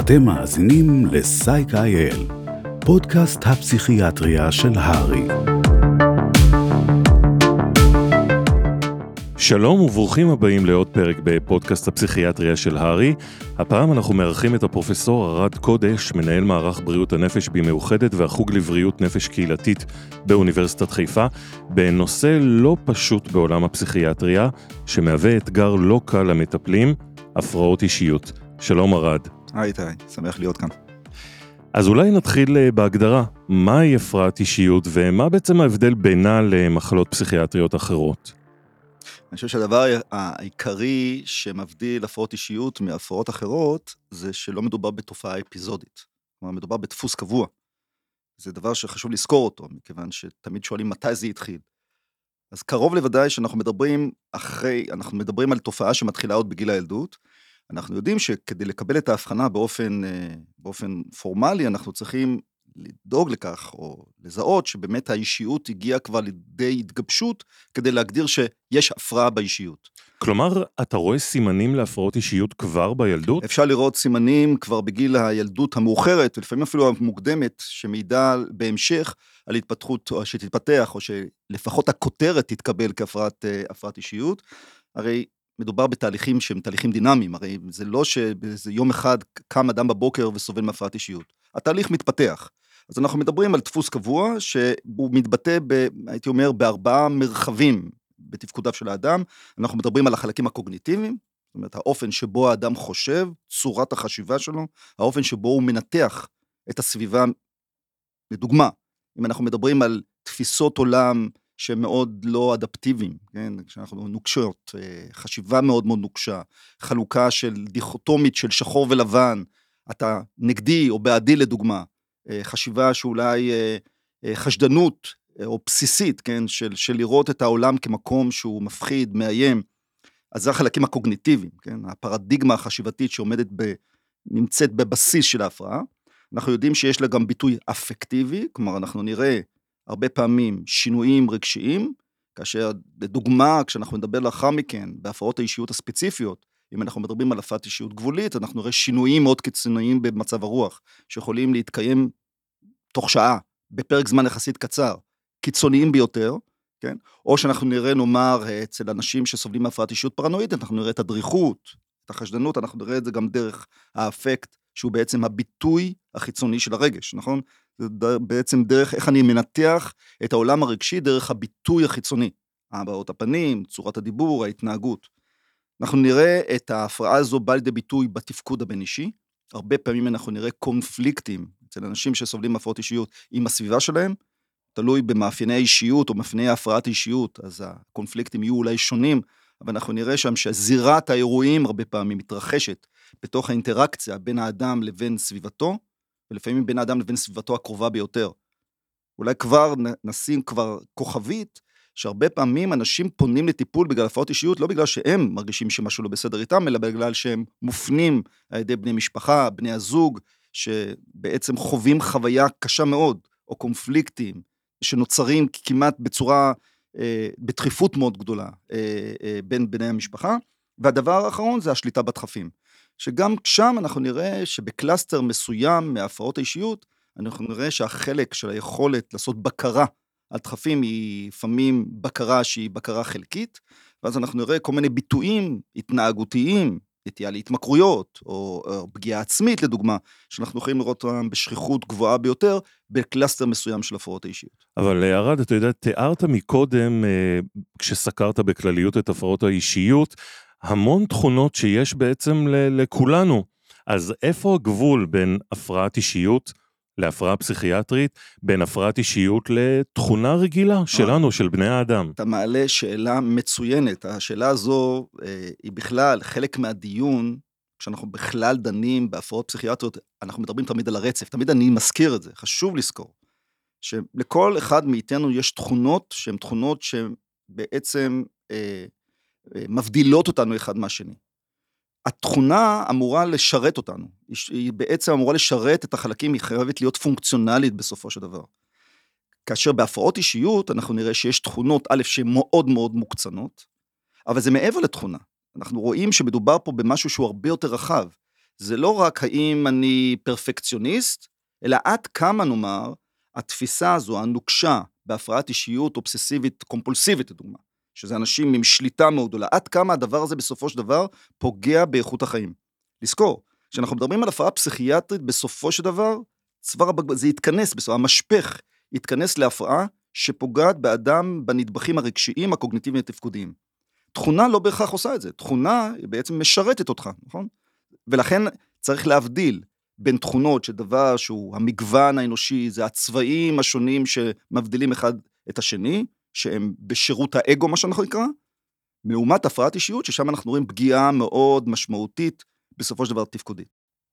אתם מאזינים ל-Psych.il, פודקאסט הפסיכיאטריה של הרי. שלום וברוכים הבאים לעוד פרק בפודקאסט הפסיכיאטריה של הרי. הפעם אנחנו מארחים את הפרופסור ארד קודש, מנהל מערך בריאות הנפש במאוחדת והחוג לבריאות נפש קהילתית באוניברסיטת חיפה, בנושא לא פשוט בעולם הפסיכיאטריה, שמהווה אתגר לא קל למטפלים, הפרעות אישיות. שלום ארד. היי, שמח להיות כאן. אז אולי נתחיל בהגדרה, מהי הפרעת אישיות ומה בעצם ההבדל בינה למחלות פסיכיאטריות אחרות? אני חושב שהדבר העיקרי שמבדיל הפרעות אישיות מהפרעות אחרות, זה שלא מדובר בתופעה אפיזודית. כלומר, מדובר בדפוס קבוע. זה דבר שחשוב לזכור אותו, מכיוון שתמיד שואלים מתי זה התחיל. אז קרוב לוודאי שאנחנו מדברים על תופעה שמתחילה עוד בגיל הילדות. אנחנו יודעים שכדי לקבל את ההבחנה באופן פורמלי, אנחנו צריכים לדאוג לכך, או לזהות שבאמת האישיות הגיעה כבר לידי התגבשות, כדי להגדיר שיש הפרעה באישיות. כלומר, אתה רואה סימנים להפרעות אישיות כבר בילדות? אפשר לראות סימנים כבר בגיל הילדות המאוחרת, ולפעמים אפילו המוקדמת, שמעידה בהמשך על התפתחות, או שתתפתח, או שלפחות הכותרת תתקבל כהפרעת אישיות. הרי מדובר בתהליכים שהם תהליכים דינמיים, הרי זה לא שזה יום אחד קם אדם בבוקר וסובל מהפרעת אישיות. התהליך מתפתח. אז אנחנו מדברים על דפוס קבוע, שהוא מתבטא, הייתי אומר, בארבעה מרחבים בתפקודיו של האדם. אנחנו מדברים על החלקים הקוגניטיביים, זאת אומרת, האופן שבו האדם חושב, צורת החשיבה שלו, האופן שבו הוא מנתח את הסביבה. לדוגמה, אם אנחנו מדברים על תפיסות עולם שהם מאוד לא אדפטיביים, כן? כשאנחנו נוקשות, חשיבה מאוד מאוד נוקשה, חלוקה של דיכוטומית של שחור ולבן, אתה נגדי או בעדי לדוגמה, חשיבה שאולי חשדנות או בסיסית, כן? של לראות את העולם כמקום שהוא מפחיד, מאיים. אז זה החלקים הקוגניטיביים, כן? הפרדיגמה החשיבתית נמצאת בבסיס של ההפרעה. אנחנו יודעים שיש לה גם ביטוי אפקטיבי, כלומר אנחנו נראה הרבה פעמים שינויים רגשיים, כאשר לדוגמה, כשאנחנו נדבר לאחר מכן, בהפרעות האישיות הספציפיות, אם אנחנו מדברים על הפרעת אישיות גבולית, אנחנו נראה שינויים מאוד קיצוניים במצב הרוח, שיכולים להתקיים תוך שעה, בפרק זמן יחסית קצר, קיצוניים ביותר, כן? או שאנחנו נראה, נאמר, אצל אנשים שסובלים מהפרעת אישיות פרנואידית, אנחנו נראה את הדריכות, את החשדנות, אנחנו נראה את זה גם דרך האפקט, שהוא בעצם הביטוי החיצוני של הרגש, נכון? זה בעצם דרך איך אני מנתח את העולם הרגשי, דרך הביטוי החיצוני, הבעות הפנים, צורת הדיבור, ההתנהגות. אנחנו נראה את ההפרעה הזו באה לידי ביטוי בתפקוד הבין-אישי, הרבה פעמים אנחנו נראה קונפליקטים, אצל אנשים שסובלים מהפרעות אישיות עם הסביבה שלהם, תלוי במאפייני האישיות או מאפייני ההפרעת האישיות, אז הקונפליקטים יהיו אולי שונים, אבל אנחנו נראה שם שזירת האירועים הרבה פעמים מתרחשת בתוך האינטראקציה בין האדם לבין סביבתו, ולפעמים בין האדם לבין סביבתו הקרובה ביותר. אולי כבר נשים כוכבית, שהרבה פעמים אנשים פונים לטיפול בגלל הפרעות אישיות, לא בגלל שהם מרגישים שמשהו לא בסדר איתם, אלא בגלל שהם מופנים על ידי בני משפחה, בני הזוג, שבעצם חווים חוויה קשה מאוד, או קונפליקטים, שנוצרים כמעט בדחיפות מאוד גדולה, בין בני המשפחה, והדבר האחרון זה השליטה בדחפים. שגם שם אנחנו נראה שבקלאסטר מסוים מהפרעות האישיות, אנחנו נראה שהחלק של היכולת לעשות בקרה על דחפים היא לפעמים בקרה שהיא בקרה חלקית, ואז אנחנו נראה כל מיני ביטויים התנהגותיים, נטייה להתמכרויות, או פגיעה עצמית לדוגמה, שאנחנו יכולים לראות אותם בשכיחות גבוהה ביותר, בקלאסטר מסוים של הפרעות האישיות. אבל ארד, אתה יודע, תיארת מקודם, כשסקרת בכלליות את הפרעות האישיות, המון תכונות שיש בעצם לכולנו. אז איפה הגבול בין הפרעת אישיות להפרעה פסיכיאטרית, בין הפרעת אישיות לתכונה רגילה שלנו, של בני האדם? אתה מעלה שאלה מצוינת. השאלה הזו היא בכלל חלק מהדיון, כשאנחנו בכלל דנים בהפרעות פסיכיאטריות, אנחנו מדברים תמיד על הרצף, תמיד אני מזכיר את זה, חשוב לזכור, שלכל אחד מאיתנו יש תכונות, שהן תכונות שבעצם מבדילות אותנו אחד מהשני. התכונה אמורה לשרת אותנו, היא בעצם אמורה לשרת את החלקים, היא חייבת להיות פונקציונלית בסופו של דבר. כאשר בהפרעות אישיות אנחנו נראה שיש תכונות א' שהן מאוד מאוד מוקצנות, אבל זה מעבר לתכונה. אנחנו רואים שמדובר פה במשהו שהוא הרבה יותר רחב, זה לא רק האם אני פרפקציוניסט, אלא עד כמה נאמר, התפיסה הזו, הנוקשה, בהפרעת אישיות אובססיבית, קומפולסיבית, לדוגמה, שזה אנשים עם שליטה מאוד גדולה, עד כמה הדבר הזה בסופו של דבר פוגע באיכות החיים. לזכור, כשאנחנו מדברים על הפרעה פסיכיאטרית, בסופו של דבר, זה יתכנס, המשפך יתכנס להפרעה שפוגעת באדם בנדבכים הרגשיים, הקוגניטיביים התפקודיים. תכונה לא בהכרח עושה את זה, תכונה בעצם משרתת אותך, נכון? ולכן צריך להבדיל בין תכונות שדבר שהוא המגוון האנושי, זה הצבעים השונים שמבדילים אחד את השני, שהם בשירות האגו, מה שאנחנו נקרא, לעומת הפרעת אישיות, ששם אנחנו רואים פגיעה מאוד משמעותית, בסופו של דבר תפקודית.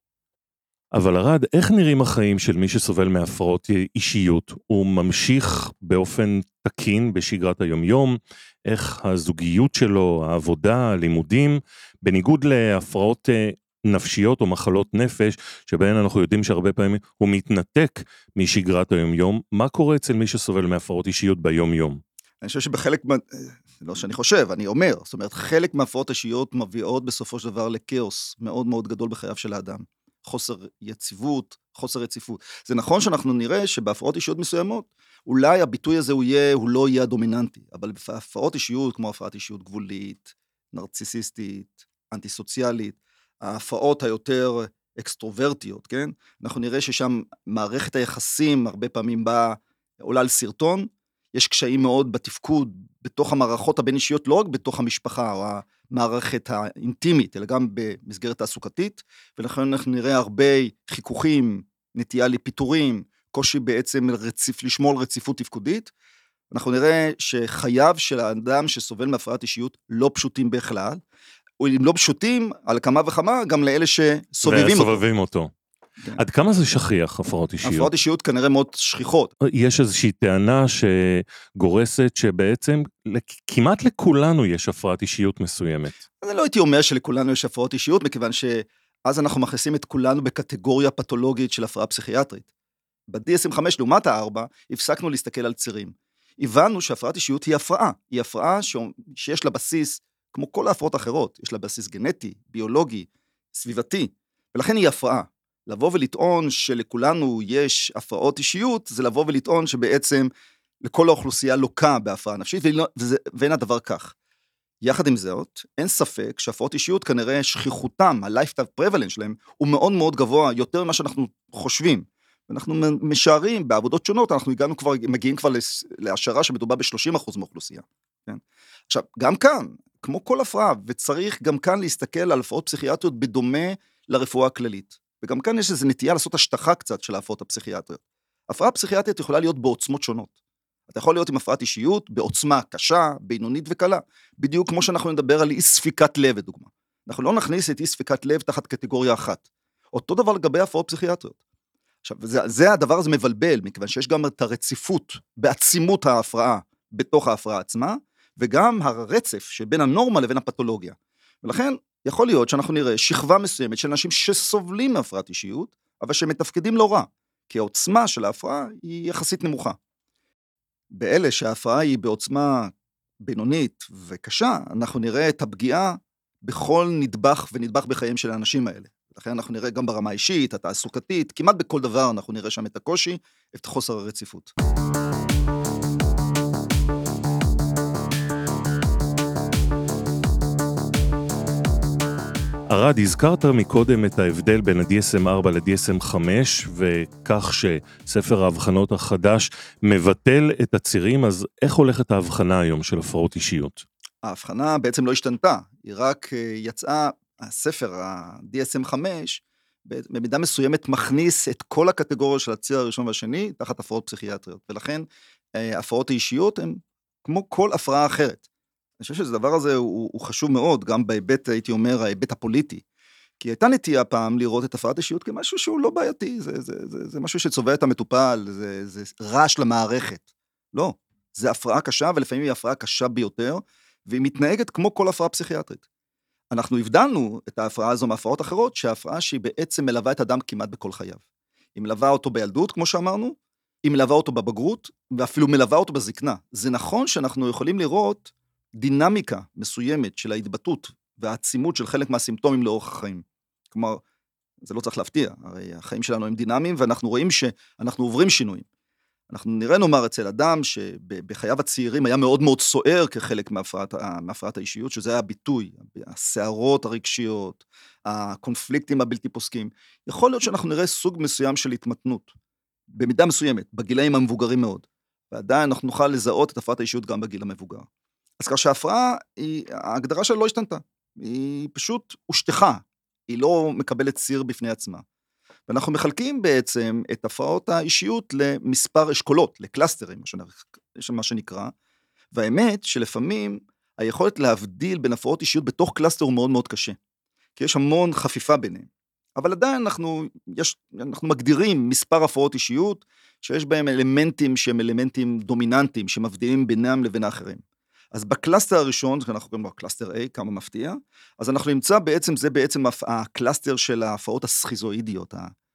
אבל ארד, איך נראים החיים של מי שסובל מהפרעות אישיות? הוא ממשיך באופן תקין בשגרת היומיום, איך הזוגיות שלו, העבודה, הלימודים, בניגוד להפרעות נפשיות או מחלות נפש, שבהן אנחנו יודעים שהרבה פעמים הוא מתנתק משגרת היומיום, מה קורה אצל מי שסובל מהפרעות אישיות ביום-יום? אני חושב שבחלק, לא שאני חושב, אני אומר, זאת אומרת, חלק מהפרעות אישיות מביאות בסופו של דבר לכאוס מאוד מאוד גדול בחייו של האדם. חוסר יציבות, חוסר רציפות. זה נכון שאנחנו נראה שבהפרעות אישיות מסוימות, אולי הביטוי הזה הוא לא יהיה הדומיננטי, אבל בהפרעות אישיות, כמו הפרעת אישיות גבולית, נרציסיסטית, אנטי-סוציאלית, ההפרעות היותר אקסטרוברטיות, כן? אנחנו נראה ששם מערכת היחסים הרבה פעמים עולה על סרטון, יש קשיים מאוד בתפקוד, בתוך המערכות הבין אישיות, לא רק בתוך המשפחה או המערכת האינטימית, אלא גם במסגרת תעסוקתית, ולכן אנחנו נראה הרבה חיכוכים, נטייה לפיטורים, קושי בעצם לשמור על רציפות תפקודית, אנחנו נראה שחייו של האדם שסובל מהפרעת אישיות לא פשוטים בכלל, או אם לא פשוטים, על כמה וכמה, גם לאלה שסובבים אותו. כן. עד כמה זה שכיח, הפרעות אישיות? הפרעות אישיות כנראה מאוד שכיחות. יש איזושהי טענה שגורסת שבעצם כמעט לכולנו יש הפרעת אישיות מסוימת. אני לא הייתי אומר שלכולנו יש הפרעות אישיות, מכיוון שאז אנחנו מכניסים את כולנו בקטגוריה פתולוגית של הפרעה פסיכיאטרית. ב-DSM-5 לעומת ה-4, הפסקנו להסתכל על צירים. הבנו שהפרעת אישיות היא הפרעה שיש לה בסיס, כמו כל ההפרעות האחרות, יש לה בסיס גנטי, ביולוגי, סביבתי, ולכן היא הפרעה. לבוא ולטעון שלכולנו יש הפרעות אישיות, זה לבוא ולטעון שבעצם לכל האוכלוסייה לוקה בהפרעה נפשית, ואין הדבר כך. יחד עם זאת, אין ספק שהפרעות אישיות כנראה שכיחותם, ה-lifetime prevalence שלהם, הוא מאוד מאוד גבוה, יותר ממה שאנחנו חושבים. ואנחנו משערים בעבודות שונות, אנחנו מגיעים כבר להשערה שמדובר ב-30% מהאוכלוסייה. כן? עכשיו, גם כאן, כמו כל הפרעה, וצריך גם כאן להסתכל על הפרעות פסיכיאטריות בדומה לרפואה הכללית. וגם כאן יש איזו נטייה לעשות השטחה קצת של ההפרעות הפסיכיאטריות. הפרעה פסיכיאטרית יכולה להיות בעוצמות שונות. אתה יכול להיות עם הפרעת אישיות בעוצמה קשה, בינונית וקלה, בדיוק כמו שאנחנו נדבר על אי ספיקת לב, לדוגמה. אנחנו לא נכניס את אי ספיקת לב תחת קטגוריה אחת. אותו דבר לגבי הפרעות פסיכיאטריות. עכשיו, הדבר הזה מבלבל, מכיוון שיש גם את הרציפות בעצימות ההפרעה בתוך ההפרעה עצמה, וגם הרצף שבין הנורמה לבין הפתולוגיה. ולכן יכול להיות שאנחנו נראה שכבה מסוימת של אנשים שסובלים מהפרעת אישיות, אבל שמתפקדים לא רע, כי העוצמה של ההפרעה היא יחסית נמוכה. באלה שההפרעה היא בעוצמה בינונית וקשה, אנחנו נראה את הפגיעה בכל נדבך ונדבך בחיים של האנשים האלה. לכן אנחנו נראה גם ברמה האישית, התעסוקתית, כמעט בכל דבר אנחנו נראה שם את הקושי, את חוסר הרציפות. ארד, הזכרת מקודם את ההבדל בין ה-DSM-4 ל-DSM-5, וכך שספר ההבחנות החדש מבטל את הצירים, אז איך הולכת ההבחנה היום של הפרעות אישיות? ההבחנה בעצם לא השתנתה, היא רק יצאה, הספר ה-DSM-5, במידה מסוימת מכניס את כל הקטגוריה של הציר הראשון והשני, תחת הפרעות פסיכיאטריות, ולכן הפרעות האישיות הן כמו כל הפרעה אחרת. אני חושב שזה הזה הוא חשוב מאוד, גם בהיבט, הייתי אומר, ההיבט הפוליטי. כי הייתה נטייה פעם לראות את הפרעת אישיות כמשהו שהוא לא בעייתי, זה משהו שצובע את המטופל, זה רעש למערכת. לא, זה הפרעה קשה, ולפעמים היא הפרעה קשה ביותר, והיא מתנהגת כמו כל הפרעה פסיכיאטרית. אנחנו הבדלנו את ההפרעה הזו מהפרעות אחרות, שההפרעה שהיא בעצם מלווה את אדם כמעט בכל חייו. היא מלווה אותו בילדות, כמו שאמרנו, היא מלווה אותו בבגרות, ואפילו מלווה אותו בזקנה. זה נכון שאנחנו יכולים לראות דינמיקה מסוימת של ההתבטאות והעצימות של חלק מהסימפטומים לאורך החיים. כלומר, זה לא צריך להפתיע, הרי החיים שלנו הם דינמיים, ואנחנו רואים שאנחנו עוברים שינויים. אנחנו נראה נאמר אצל אדם שבחייו הצעירים היה מאוד מאוד סוער כחלק מהפרעת האישיות, שזה היה הביטוי, הסערות הרגשיות, הקונפליקטים הבלתי פוסקים. יכול להיות שאנחנו נראה סוג מסוים של התמתנות, במידה מסוימת, בגילאים המבוגרים מאוד, ועדיין אנחנו נוכל לזהות את הפרעת האישיות גם בגיל המבוגר. אז כך שההפרעה, ההגדרה שלה לא השתנתה, היא פשוט הושטחה, היא לא מקבלת ציר בפני עצמה. ואנחנו מחלקים בעצם את הפרעות האישיות למספר אשכולות, לקלאסטרים, מה שנקרא, והאמת שלפעמים היכולת להבדיל בין הפרעות אישיות בתוך קלאסטר הוא מאוד מאוד קשה, כי יש המון חפיפה ביניהם. אבל עדיין אנחנו מגדירים מספר הפרעות אישיות, שיש בהם אלמנטים שהם אלמנטים דומיננטיים, שמבדילים בינם לבין האחרים. אז בקלאסטר הראשון, אנחנו קוראים לו קלאסטר A, כמה מפתיע, אז אנחנו נמצא בעצם, זה בעצם הקלאסטר של ההפרעות הסכיזואידיות,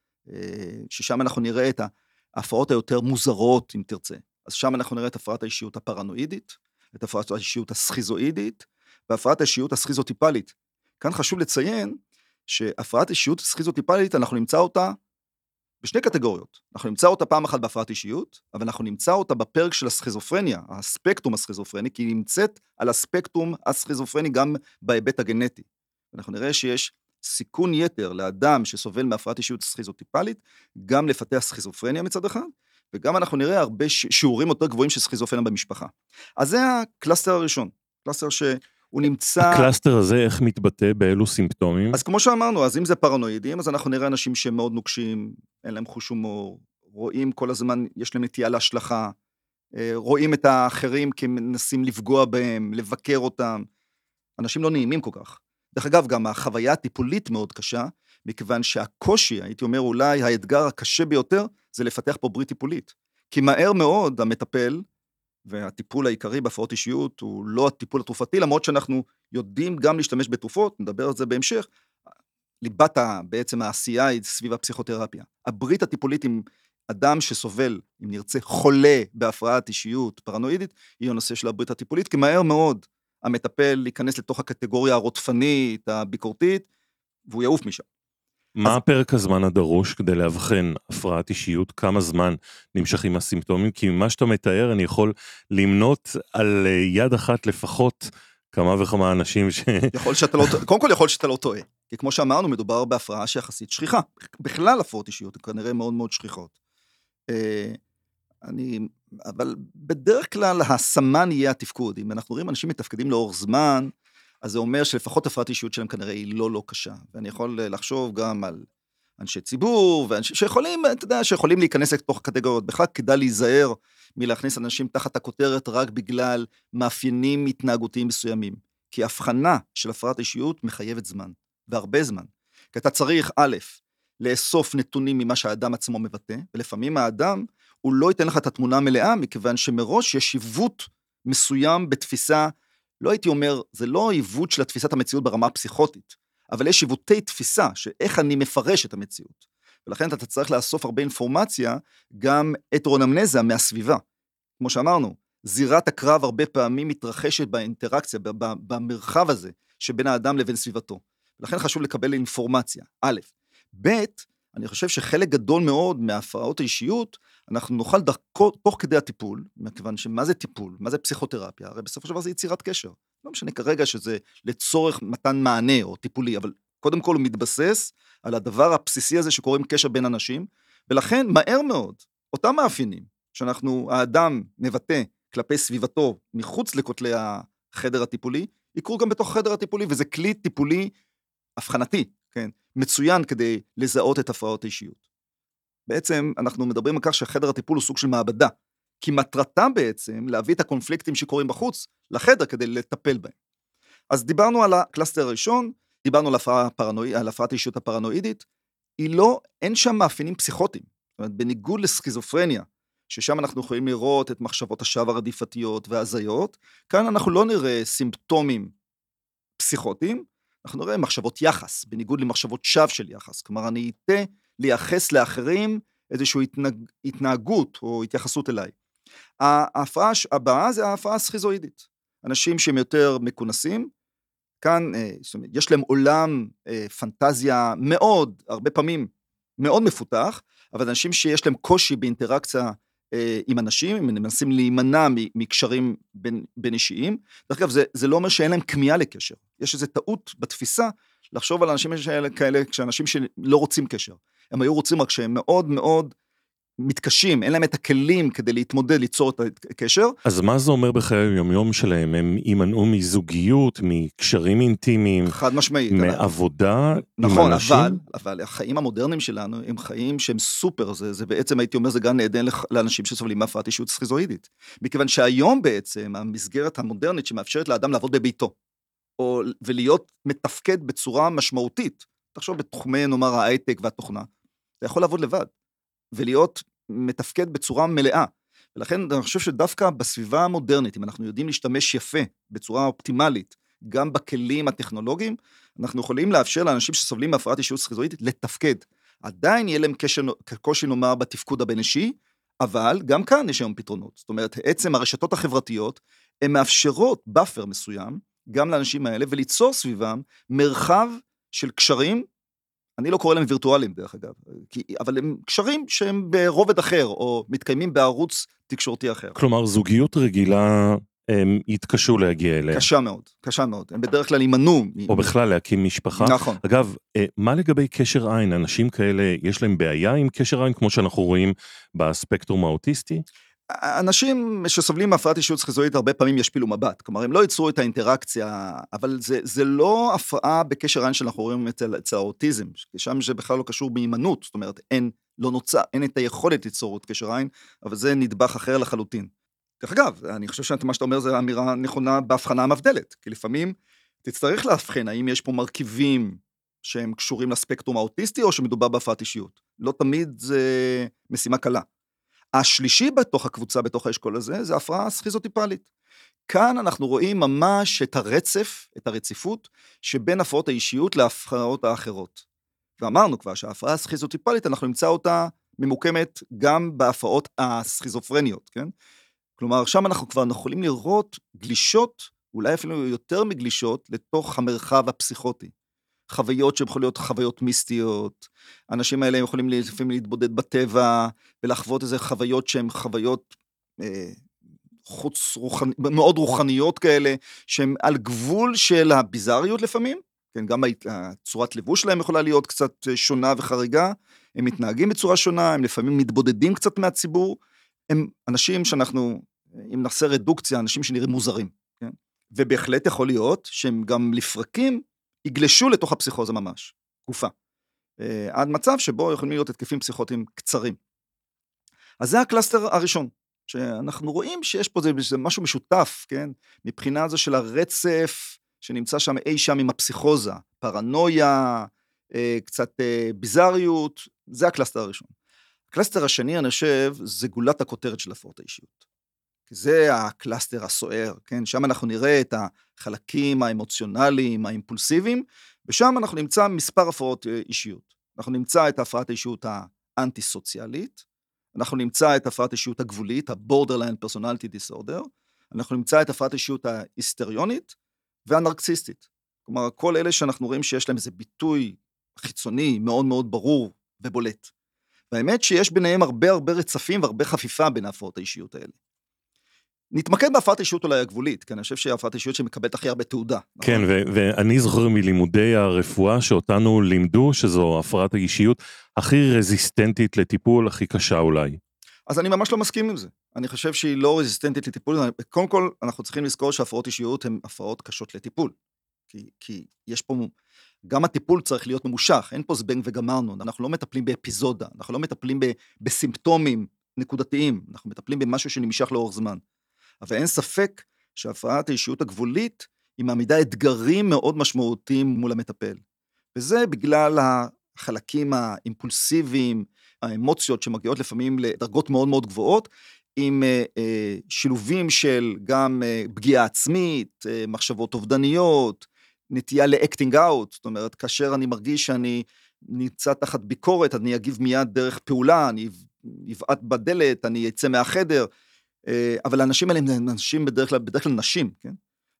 ששם אנחנו נראה את ההפרעות היותר מוזרות, אם תרצה. אז שם אנחנו נראה את הפרעת האישיות הפרנואידית, את הפרעת האישיות הסכיזואידית, והפרעת האישיות הסכיזוטיפלית. כאן חשוב לציין, שהפרעת אישיות סכיזוטיפלית, אנחנו נמצא אותה בשני קטגוריות. אנחנו נמצא אותה פעם אחת בהפרעת אישיות, אבל אנחנו נמצא אותה בפרק של הסכיזופרניה, הספקטרום הסכיזופרני, כי היא נמצאת על הספקטרום הסכיזופרני גם בהיבט הגנטי. אנחנו נראה שיש סיכון יתר לאדם שסובל מהפרעת אישיות סכיזוטיפלית, גם לפתח סכיזופרניה מצד אחד, וגם אנחנו נראה הרבה שיעורים יותר גבוהים של סכיזופרניה במשפחה. אז זה הקלאסטר הראשון, קלאסטר הוא נמצא... הקלאסטר הזה איך מתבטא באילו סימפטומים? אז כמו שאמרנו, אז אם זה פרנואידים, אז אנחנו נראה אנשים שמאוד נוקשים, אין להם חוש הומור, רואים כל הזמן, יש להם נטייה להשלכה, רואים את האחרים כמנסים לפגוע בהם, לבקר אותם, אנשים לא נעימים כל כך. דרך אגב, גם החוויה הטיפולית מאוד קשה, מכיוון שהקושי, הייתי אומר אולי האתגר הקשה ביותר, זה לפתח פה ברית טיפולית. כי מהר מאוד המטפל, והטיפול העיקרי בהפרעות אישיות הוא לא הטיפול התרופתי, למרות שאנחנו יודעים גם להשתמש בתרופות, נדבר על זה בהמשך, ליבת בעצם העשייה היא סביב הפסיכותרפיה. הברית הטיפולית עם אדם שסובל, אם נרצה, חולה בהפרעת אישיות פרנואידית, היא הנושא של הברית הטיפולית, כי מהר מאוד המטפל ייכנס לתוך הקטגוריה הרודפנית, הביקורתית, והוא יעוף משם. מה פרק הזמן הדרוש כדי להבחן הפרעת אישיות? כמה זמן נמשכים הסימפטומים? כי ממה שאתה מתאר אני יכול למנות על יד אחת לפחות כמה וכמה אנשים קודם כל יכול שאתה לא טועה, כי כמו שאמרנו מדובר בהפרעה שיחסית שכיחה, בכלל הפרעות אישיות הן כנראה מאוד מאוד שכיחות. אבל בדרך כלל הסמן יהיה התפקוד, אם אנחנו רואים אנשים מתפקדים לאורך זמן, אז זה אומר שלפחות הפרעת אישיות שלהם כנראה היא לא קשה, ואני יכול לחשוב גם על אנשי ציבור, ואנשי שיכולים, אתה יודע, שיכולים להיכנס לתוך הקטגוריות, בכלל כדאי להיזהר מלהכניס אנשים תחת הכותרת רק בגלל מאפיינים התנהגותיים מסוימים, כי הבחנה של הפרעת אישיות מחייבת זמן, והרבה זמן, כי אתה צריך א', לאסוף נתונים ממה שהאדם עצמו מבטא, ולפעמים האדם הוא לא ייתן לך את התמונה המלאה, מכיוון שמראש יש עיוות מסוים בתפיסה, לא הייתי אומר, זה לא עיוות של התפיסת המציאות ברמה הפסיכוטית, אבל יש עיוותי תפיסה, שאיך אני מפרש את המציאות. ולכן אתה צריך לאסוף הרבה אינפורמציה, גם הטרואנמנזה מהסביבה. כמו שאמרנו, זירת הקרב הרבה פעמים מתרחשת באינטראקציה, במרחב הזה, שבין האדם לבין סביבתו. ולכן חשוב לקבל אינפורמציה. א', ב', אני חושב שחלק גדול מאוד מההפרעות האישיות, אנחנו נוכל תוך כדי הטיפול, מכיוון שמה זה טיפול, מה זה פסיכותרפיה, הרי בסופו של דבר זה יצירת קשר. לא משנה כרגע שזה לצורך מתן מענה או טיפולי, אבל קודם כל הוא מתבסס על הדבר הבסיסי הזה שקוראים קשר בין אנשים, ולכן מהר מאוד, אותם מאפיינים האדם מבטא כלפי סביבתו מחוץ לכותלי החדר הטיפולי, יקרו גם בתוך החדר הטיפולי, וזה כלי טיפולי הבחנתי, כן? מצוין כדי לזהות את הפרעות האישיות. בעצם אנחנו מדברים על כך שהחדר הטיפול הוא סוג של מעבדה, כי מטרתה בעצם להביא את הקונפליקטים שקורים בחוץ לחדר כדי לטפל בהם. אז דיברנו על הקלאסטר הראשון, דיברנו על הפרעת האישיות הפרנואידית, אין שם מאפיינים פסיכוטיים, זאת אומרת, בניגוד לסכיזופרניה, ששם אנחנו יכולים לראות את מחשבות השווא הרדיפתיות וההזיות, כאן אנחנו לא נראה סימפטומים פסיכוטיים, אנחנו נראה מחשבות יחס, בניגוד למחשבות שווא של יחס, כלומר אני אתן לייחס לאחרים איזושהי התנהגות או התייחסות אליי. ההפרעה הבאה זה ההפרעה הסכיזואידית, אנשים שהם יותר מכונסים, כאן יש להם עולם פנטזיה מאוד, הרבה פעמים מאוד מפותח, אבל אנשים שיש להם קושי באינטראקציה עם אנשים, הם מנסים להימנע מקשרים בין אישיים. דרך אגב, זה לא אומר שאין להם כמיהה לקשר. יש איזו טעות בתפיסה לחשוב על אנשים כאלה, כשאנשים שלא רוצים קשר. הם היו רוצים רק שהם מאוד מאוד מתקשים, אין להם את הכלים כדי להתמודד, ליצור את הקשר. אז מה זה אומר בחיי היום-יום שלהם? הם יימנעו מזוגיות, מקשרים אינטימיים, חד משמעית. מעבודה נכון, עם אנשים? אבל החיים המודרניים שלנו הם חיים שהם סופר, זה בעצם הייתי אומר זה גן עדן לאנשים שסובלים מהפרעת אישיות סכיזואידית. מכיוון שהיום בעצם המסגרת המודרנית שמאפשרת לאדם לעבוד בביתו, ולהיות מתפקד בצורה משמעותית, תחשוב בתחומי נאמר ההייטק והתוכנה, אתה יכול לעבוד לבד. ולהיות מתפקד בצורה מלאה. ולכן אני חושב שדווקא בסביבה המודרנית, אם אנחנו יודעים להשתמש יפה, בצורה אופטימלית, גם בכלים הטכנולוגיים, אנחנו יכולים לאפשר לאנשים שסובלים מהפרעת אישיות סכיזואידית לתפקד. עדיין יהיה להם קושי נאמר בתפקוד הבין-אישי, אבל גם כאן יש היום פתרונות. זאת אומרת, עצם הרשתות החברתיות, הן מאפשרות באפר מסוים, גם לאנשים האלה, וליצור סביבם מרחב של קשרים, אני לא קורא להם וירטואליים דרך אגב, אבל הם קשרים שהם ברובד אחר, או מתקיימים בערוץ תקשורתי אחר. כלומר, זוגיות רגילה, הם יתקשו להגיע אליה. קשה מאוד, קשה מאוד. הם בדרך כלל יימנעו. או בכלל להקים משפחה. נכון. אגב, מה לגבי קשר עין? אנשים כאלה, יש להם בעיה עם קשר עין, כמו שאנחנו רואים בספקטרום האוטיסטי? אנשים שסובלים מהפרעת אישיות סכיזואידית הרבה פעמים ישפילו מבט, כלומר הם לא ייצרו את האינטראקציה, אבל זה לא הפרעה בקשר עין שאנחנו רואים אצל האוטיזם, שם זה בכלל לא קשור בהימנעות, זאת אומרת אין את היכולת ליצור את קשר עין, אבל זה נדבך אחר לחלוטין. כך אגב, אני חושב שמה שאתה אומר זה אמירה נכונה בהבחנה המבדלת, כי לפעמים תצטרך להבחן האם יש פה מרכיבים שהם קשורים לספקטרום האוטיסטי או שמדובר בהפרעת אישיות, לא תמיד זה משימה קלה. השלישי בתוך הקבוצה, בתוך האשכול הזה, זה הפרעה סכיזוטיפלית. כאן אנחנו רואים ממש את הרצף, את הרציפות, שבין הפרעות האישיות להפרעות האחרות. ואמרנו כבר שההפרעה הסכיזוטיפלית, אנחנו נמצא אותה ממוקמת גם בהפרעות הסכיזופרניות, כן? כלומר, שם אנחנו כבר יכולים לראות גלישות, אולי אפילו יותר מגלישות, לתוך המרחב הפסיכוטי. חוויות שהן יכולות להיות חוויות מיסטיות, האנשים האלה יכולים לפעמים להתבודד בטבע, ולחוות איזה חוויות שהן חוויות מאוד רוחניות כאלה, שהן על גבול של הביזריות לפעמים, כן, גם צורת לבוש שלהם יכולה להיות קצת שונה וחריגה, הם מתנהגים בצורה שונה, הם לפעמים מתבודדים קצת מהציבור, הם אנשים שאנחנו, אם נעשה רדוקציה, אנשים שנראים מוזרים, כן? ובהחלט יכול להיות שהם גם לפרקים, יגלשו לתוך הפסיכוזה ממש, גופה. עד מצב שבו יכולים להיות התקפים פסיכוטיים קצרים. אז זה הקלאסטר הראשון, שאנחנו רואים שיש פה זה משהו משותף, כן? מבחינה זו של הרצף, שנמצא שם אי שם עם הפסיכוזה, פרנויה, קצת ביזריות, זה הקלאסטר הראשון. הקלאסטר השני, אני חושב, זה גולת הכותרת של הפרעות האישיות. זה הקלאסטר הסוער, כן? שם אנחנו נראה את החלקים האמוציונליים, האימפולסיביים, ושם אנחנו נמצא מספר הפרעות אישיות. אנחנו נמצא את הפרעת האישיות האנטי-סוציאלית, אנחנו נמצא את הפרעת האישיות הגבולית, ה-borderline personality disorder, אנחנו נמצא את הפרעת האישיות ההיסטריונית והנרקסיסטית. כלומר, כל אלה שאנחנו רואים שיש להם איזה ביטוי חיצוני מאוד מאוד ברור ובולט. והאמת שיש ביניהם הרבה רצפים והרבה חפיפה בין ההפרעות האישיות האלה. נתמקד בהפרעת האישיות אולי הגבולית, כי אני חושב שהפרעת האישיות שמקבלת הכי הרבה תעודה. כן, ואני זוכר מלימודי הרפואה שאותנו לימדו שזו הפרעת האישיות הכי רזיסטנטית לטיפול, הכי קשה אולי. אז אני ממש לא מסכים עם זה. אני חושב שהיא לא רזיסטנטית לטיפול. קודם כל, אנחנו צריכים לזכור שהפרעות אישיות הן הפרעות קשות לטיפול. כי יש פה, גם הטיפול צריך להיות ממושך, אין פה זבנג וגמרנו, אנחנו לא מטפלים באפיזודה, אנחנו לא מטפלים בסימפטומים נקודתיים, אנחנו מטפלים במשהו שנמשך לאורך זמן. אבל אין ספק שהפרעת האישיות הגבולית היא מעמידה אתגרים מאוד משמעותיים מול המטפל. וזה בגלל החלקים האימפולסיביים, האמוציות שמגיעות לפעמים לדרגות מאוד מאוד גבוהות, עם שילובים של גם פגיעה עצמית, מחשבות אובדניות, נטייה לאקטינג אאוט, זאת אומרת, כאשר אני מרגיש שאני נמצא תחת ביקורת, אני אגיב מיד דרך פעולה, אני אבעט בדלת, אני אצא מהחדר, אבל האנשים האלה הם אנשים בדרך כלל נשים, כן?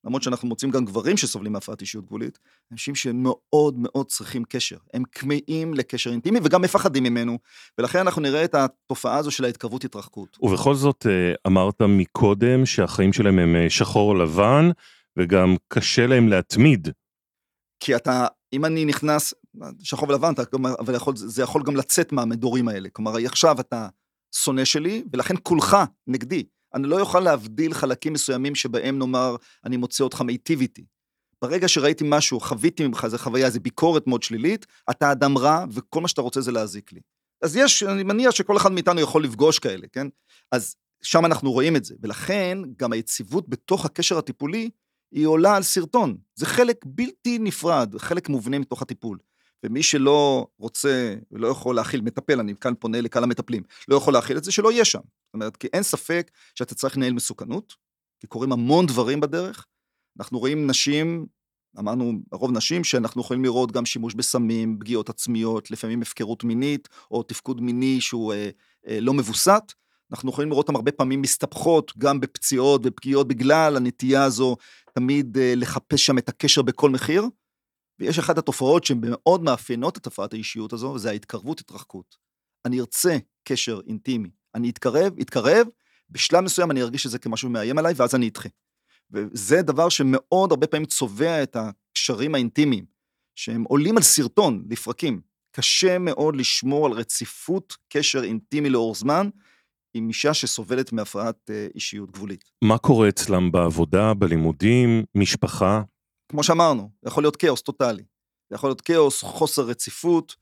למרות שאנחנו מוצאים גם גברים שסובלים מהפרעת אישיות גבולית, אנשים שמאוד מאוד צריכים קשר, הם כמהים לקשר אינטימי וגם מפחדים ממנו, ולכן אנחנו נראה את התופעה הזו של ההתקרבות התרחקות. ובכל זאת אמרת מקודם שהחיים שלהם הם שחור לבן, וגם קשה להם להתמיד. כי אתה, אם אני נכנס שחור ולבן, אבל זה יכול גם לצאת מהמדורים האלה, כלומר עכשיו אתה שונא שלי, ולכן כולך נגדי, אני לא יוכל להבדיל חלקים מסוימים שבהם נאמר, אני מוצא אותך מיטיב איתי. ברגע שראיתי משהו, חוויתי ממך, זה חוויה, זה ביקורת מאוד שלילית, אתה אדם רע, וכל מה שאתה רוצה זה להזיק לי. אז אני מניח שכל אחד מאיתנו יכול לפגוש כאלה, כן? אז שם אנחנו רואים את זה, ולכן גם היציבות בתוך הקשר הטיפולי, היא עולה על סרטון. זה חלק בלתי נפרד, חלק מובנה מתוך הטיפול. ומי שלא רוצה ולא יכול להכיל, מטפל, אני כאן פונה לקהל המטפלים, לא יכול להכיל את זה, שלא יהיה שם. זאת אומרת, כי אין ספק שאתה צריך לנהל מסוכנות, כי קורים המון דברים בדרך. אנחנו רואים נשים, אמרנו רוב נשים, שאנחנו יכולים לראות גם שימוש בסמים, פגיעות עצמיות, לפעמים הפקרות מינית, או תפקוד מיני שהוא לא מבוסת. אנחנו יכולים לראות אותם הרבה פעמים מסתבכות, גם בפציעות ופגיעות, בגלל הנטייה הזו, תמיד לחפש שם את הקשר בכל מחיר. ויש אחת התופעות שהן מאוד מאפיינות את הפרעת האישיות הזו, וזה ההתקרבות התרחקות. אני ארצה קשר אינטימי, אני אתקרב, בשלב מסוים אני ארגיש שזה כמשהו מאיים עליי, ואז אני אדחה. וזה דבר שמאוד הרבה פעמים צובע את הקשרים האינטימיים, שהם עולים על סרטון, לפרקים. קשה מאוד לשמור על רציפות קשר אינטימי לאור זמן, עם אישה שסובלת מהפרעת אישיות גבולית. מה קורה אצלם בעבודה, בלימודים, משפחה? כמו שאמרנו, יכול להיות כאוס טוטלי, יכול להיות כאוס, חוסר רציפות,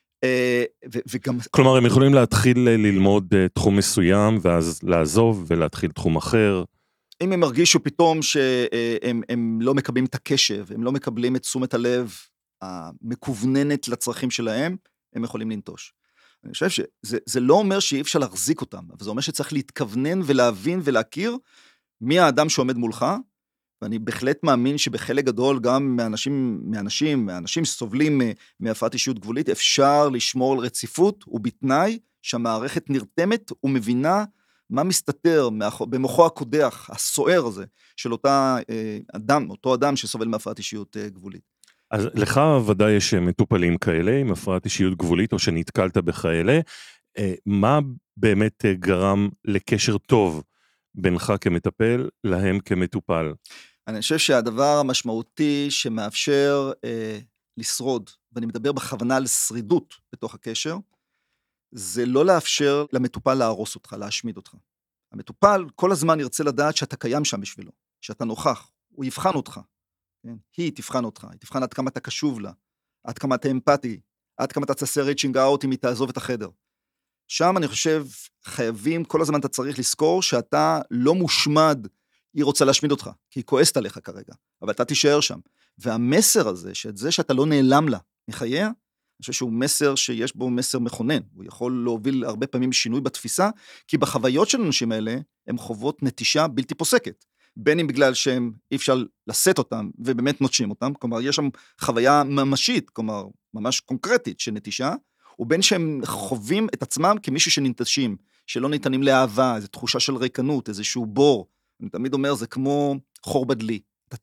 וגם... כלומר, הם יכולים להתחיל ללמוד תחום מסוים, ואז לעזוב ולהתחיל תחום אחר. אם הם הרגישו פתאום שהם לא מקבלים את הקשב, הם לא מקבלים את תשומת הלב המקווננת לצרכים שלהם, הם יכולים לנטוש. אני חושב שזה לא אומר שאי אפשר להחזיק אותם, אבל זה אומר שצריך להתכוונן ולהבין ולהכיר מי האדם שעומד מולך, ואני בהחלט מאמין שבחלק גדול גם מאנשים שסובלים מהפרעת אישיות גבולית, אפשר לשמור על רציפות, ובתנאי שהמערכת נרתמת ומבינה מה מסתתר במוחו הקודח, הסוער הזה, של אותו אדם שסובל מהפרעת אישיות גבולית. אז לך ודאי יש מטופלים כאלה, עם הפרעת אישיות גבולית, או שנתקלת בכאלה, מה באמת גרם לקשר טוב בינך כמטפל, להם כמטופל? אני חושב שהדבר המשמעותי שמאפשר לשרוד, ואני מדבר בכוונה על שרידות בתוך הקשר, זה לא לאפשר למטופל להרוס אותך, להשמיד אותך. המטופל כל הזמן ירצה לדעת שאתה קיים שם בשבילו, שאתה נוכח, הוא יבחן אותך, כן? היא תבחן אותך, היא תבחן עד כמה אתה קשוב לה, עד כמה אתה אמפתי, עד כמה אתה תעשה ריצ'ינג אאוט אם היא תעזוב את החדר. שם אני חושב חייבים, כל הזמן אתה צריך לזכור שאתה לא מושמד, היא רוצה להשמיד אותך, כי היא כועסת עליך כרגע, אבל אתה תישאר שם. והמסר הזה, שאת זה שאתה לא נעלם לה מחייה, אני חושב שהוא מסר שיש בו מסר מכונן, הוא יכול להוביל הרבה פעמים שינוי בתפיסה, כי בחוויות של אנשים האלה, הם חוות נטישה בלתי פוסקת, בין אם בגלל שהם אי אפשר לשאת אותם, ובאמת נוטשים אותם, כלומר יש שם חוויה ממשית, כלומר ממש קונקרטית של נטישה, ובין שהם חווים את עצמם כמישהו שננטשים, שלא ניתנים לאהבה, איזו תחושה של ריקנות, איזשהו בור, אני תמיד אומר, זה כמו חור בדלי, אתה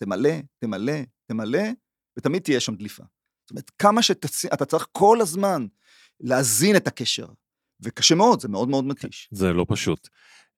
תמלא, ותמיד תהיה שם דליפה. זאת אומרת, כמה שאתה צריך כל הזמן להזין את הקשר, וקשה מאוד, זה מאוד מאוד מתיש. זה לא פשוט.